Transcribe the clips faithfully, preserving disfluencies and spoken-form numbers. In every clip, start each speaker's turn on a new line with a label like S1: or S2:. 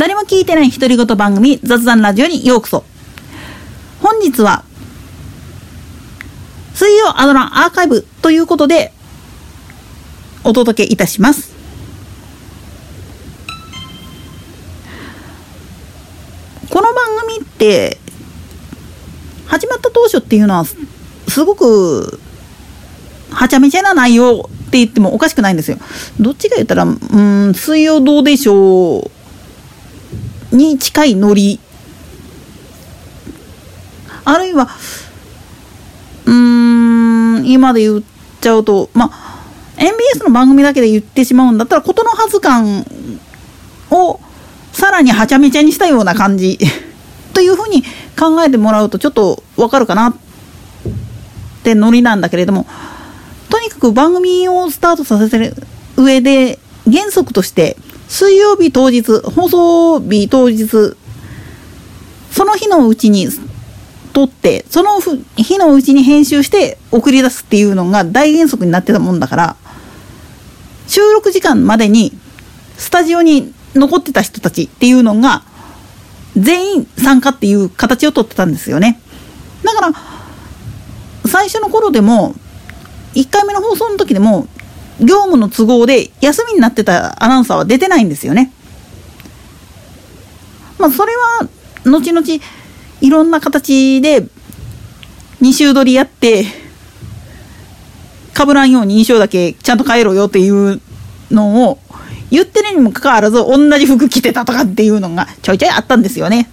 S1: 誰も聞いてない独り言番組雑談ラジオにようこそ。本日は水曜アドランアーカイブということでお届けいたします。この番組って始まった当初っていうのはすごくはちゃめちゃな内容って言ってもおかしくないんですよ。どっちか言ったらうーん水曜どうでしょうに近いノリ、あるいはうーん今で言っちゃうと、まあ エムビーエス の番組だけで言ってしまうんだったらことのはず感をさらにはちゃめちゃにしたような感じというふうに考えてもらうとちょっとわかるかなってノリなんだけれども、とにかく番組をスタートさせる上で原則として水曜日当日、放送日当日、その日のうちに撮って、その日のうちに編集して送り出すっていうのが大原則になってたもんだから、収録時間までにスタジオに残ってた人たちっていうのが全員参加っていう形を取ってたんですよね。だから最初の頃でもいっかいめの放送の時でも業務の都合で休みになってたアナウンサーは出てないんですよね。まあそれは後々いろんな形でに週撮りやって被らんように印象だけちゃんと変えろよっていうのを言ってるにもかかわらず同じ服着てたとかっていうのがちょいちょいあったんですよね。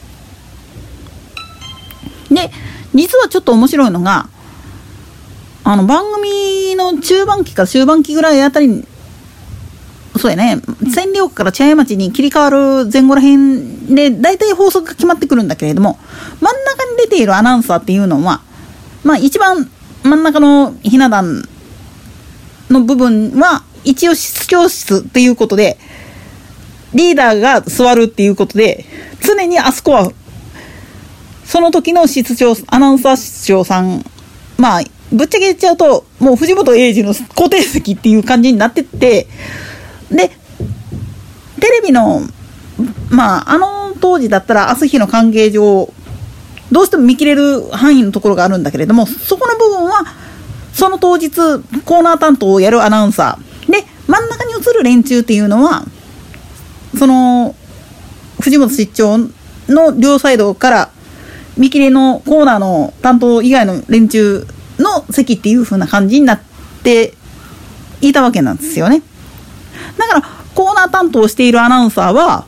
S1: で実はちょっと面白いのが、あの番組の中盤期から終盤期ぐらいあたりに、そうやね、千里丘から茶屋町に切り替わる前後らへんでだいたい法則が決まってくるんだけれども、真ん中に出ているアナウンサーっていうのは、まあ一番真ん中のひな壇の部分は一応室長室っていうことでリーダーが座るっていうことで、常にあそこはその時の室長アナウンサー室長さん、まあぶっちゃけ言っちゃうともう藤本英二の固定席っていう感じになってって、でテレビのまああの当時だったら朝日の関係上どうしても見切れる範囲のところがあるんだけれども、そこの部分はその当日コーナー担当をやるアナウンサーで、真ん中に映る連中っていうのはその藤本室長の両サイドから見切れのコーナーの担当以外の連中の席っていう風な感じになっていたわけなんですよね。だからコーナー担当しているアナウンサーは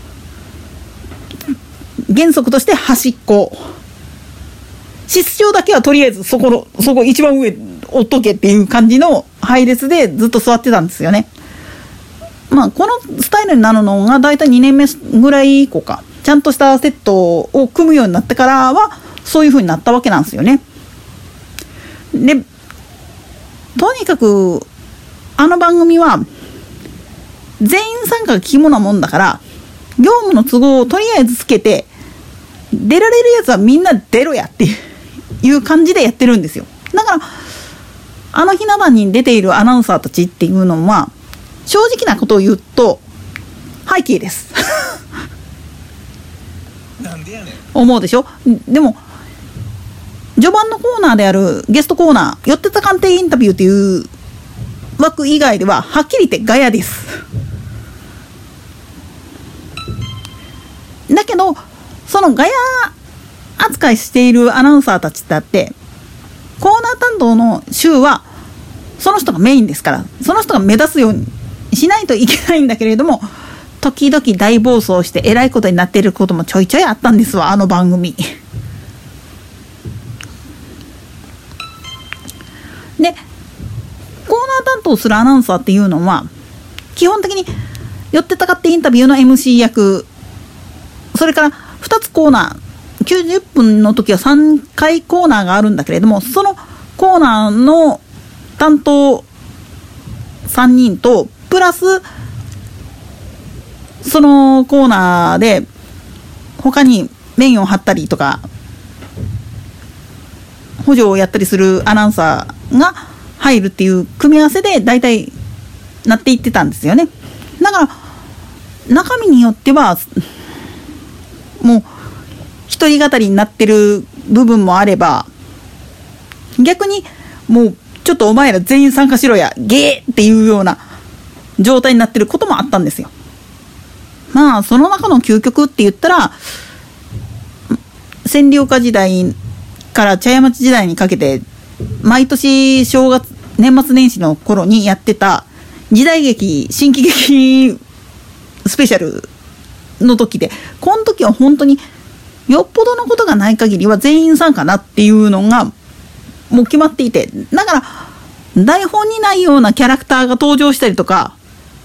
S1: 原則として端っこ、室長だけはとりあえずそこのそこ一番上おっとけっていう感じの配列でずっと座ってたんですよね。まあこのスタイルになるのがだいたいにねんめぐらい以降か、ちゃんとしたセットを組むようになってからはそういう風になったわけなんですよね。でとにかくあの番組は全員参加が肝なもんだから、業務の都合をとりあえずつけて出られるやつはみんな出ろやっていう感じでやってるんですよ。だからあのひな壇に出ているアナウンサーたちっていうのは正直なことを言うと背景ですなんでやねん思うでしょ。でも序盤のコーナーであるゲストコーナー、寄ってた鑑定インタビューっていう枠以外でははっきり言ってガヤです。だけどそのガヤ扱いしているアナウンサーたちだってコーナー担当の週はその人がメインですから、その人が目立つようにしないといけないんだけれども、時々大暴走してえらいことになっていることもちょいちょいあったんですわ、あの番組でコーナー担当するアナウンサーっていうのは基本的に寄ってたかってインタビューの エムシー 役、それからふたつコーナー、きゅうじゅっぷんの時はさんかいコーナーがあるんだけれども、そのコーナーの担当さんにんとプラスそのコーナーで他にメインを張ったりとか補助をやったりするアナウンサーが入るっていう組み合わせで大体なっていってたんですよね。だから中身によってはもう一人語りになってる部分もあれば、逆にもうちょっとお前ら全員参加しろやゲーっていうような状態になってることもあったんですよ。まあその中の究極って言ったら、占領下時代から茶屋町時代にかけて毎年正月年末年始の頃にやってた時代劇新喜劇スペシャルの時で、この時は本当によっぽどのことがない限りは全員参加なっていうのがもう決まっていて、だから台本にないようなキャラクターが登場したりとか、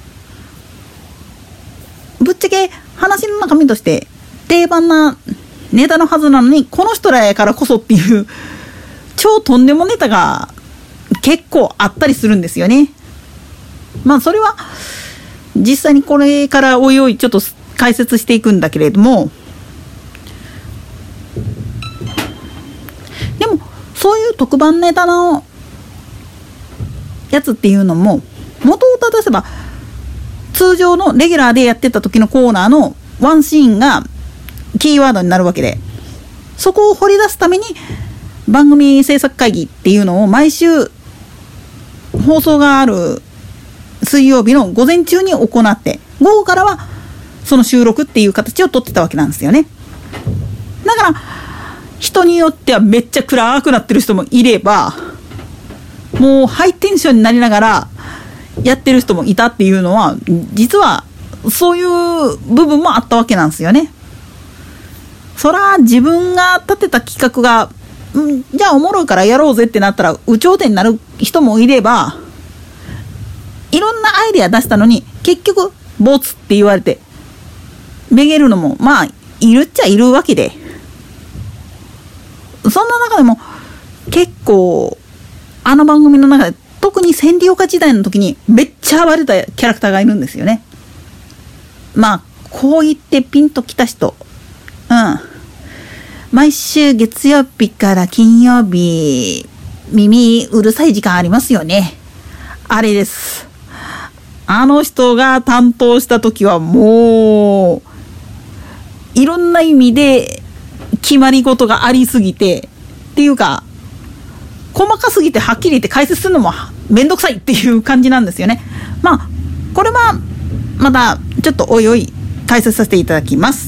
S1: ぶっちゃけ話の中身として定番なネタのはずなのに、この人らやからこそっていう超とんでもネタが結構あったりするんですよね。まあそれは実際にこれからおいおいちょっと解説していくんだけれども、でもそういう特番ネタのやつっていうのも元を正せば通常のレギュラーでやってた時のコーナーのワンシーンがキーワードになるわけで、そこを掘り出すために番組制作会議っていうのを毎週放送がある水曜日の午前中に行って、午後からはその収録っていう形をとってたわけなんですよね。だから人によってはめっちゃ暗くなってる人もいれば、もうハイテンションになりながらやってる人もいたっていうのは、実はそういう部分もあったわけなんですよね。そら自分が立てた企画が、うん、じゃあおもろいからやろうぜってなったら有頂天になる人もいれば、いろんなアイデア出したのに結局ボツって言われてめげるのもまあいるっちゃいるわけで、そんな中でも結構あの番組の中で特に千里岡時代の時にめっちゃ暴れたキャラクターがいるんですよね。まあこう言ってピンときた人、うん毎週月曜日から金曜日耳うるさい時間ありますよね。あれです。あの人が担当した時はもういろんな意味で決まり事がありすぎてっていうか、細かすぎてはっきり言って解説するのもめんどくさいっていう感じなんですよね。まあこれはまたちょっとおいおい解説させていただきます。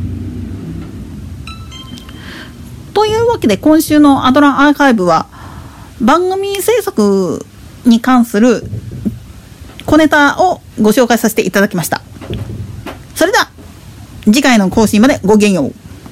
S1: というわけで今週のアドランアーカイブは番組制作に関する小ネタをご紹介させていただきました。それでは次回の更新までごきげんよう。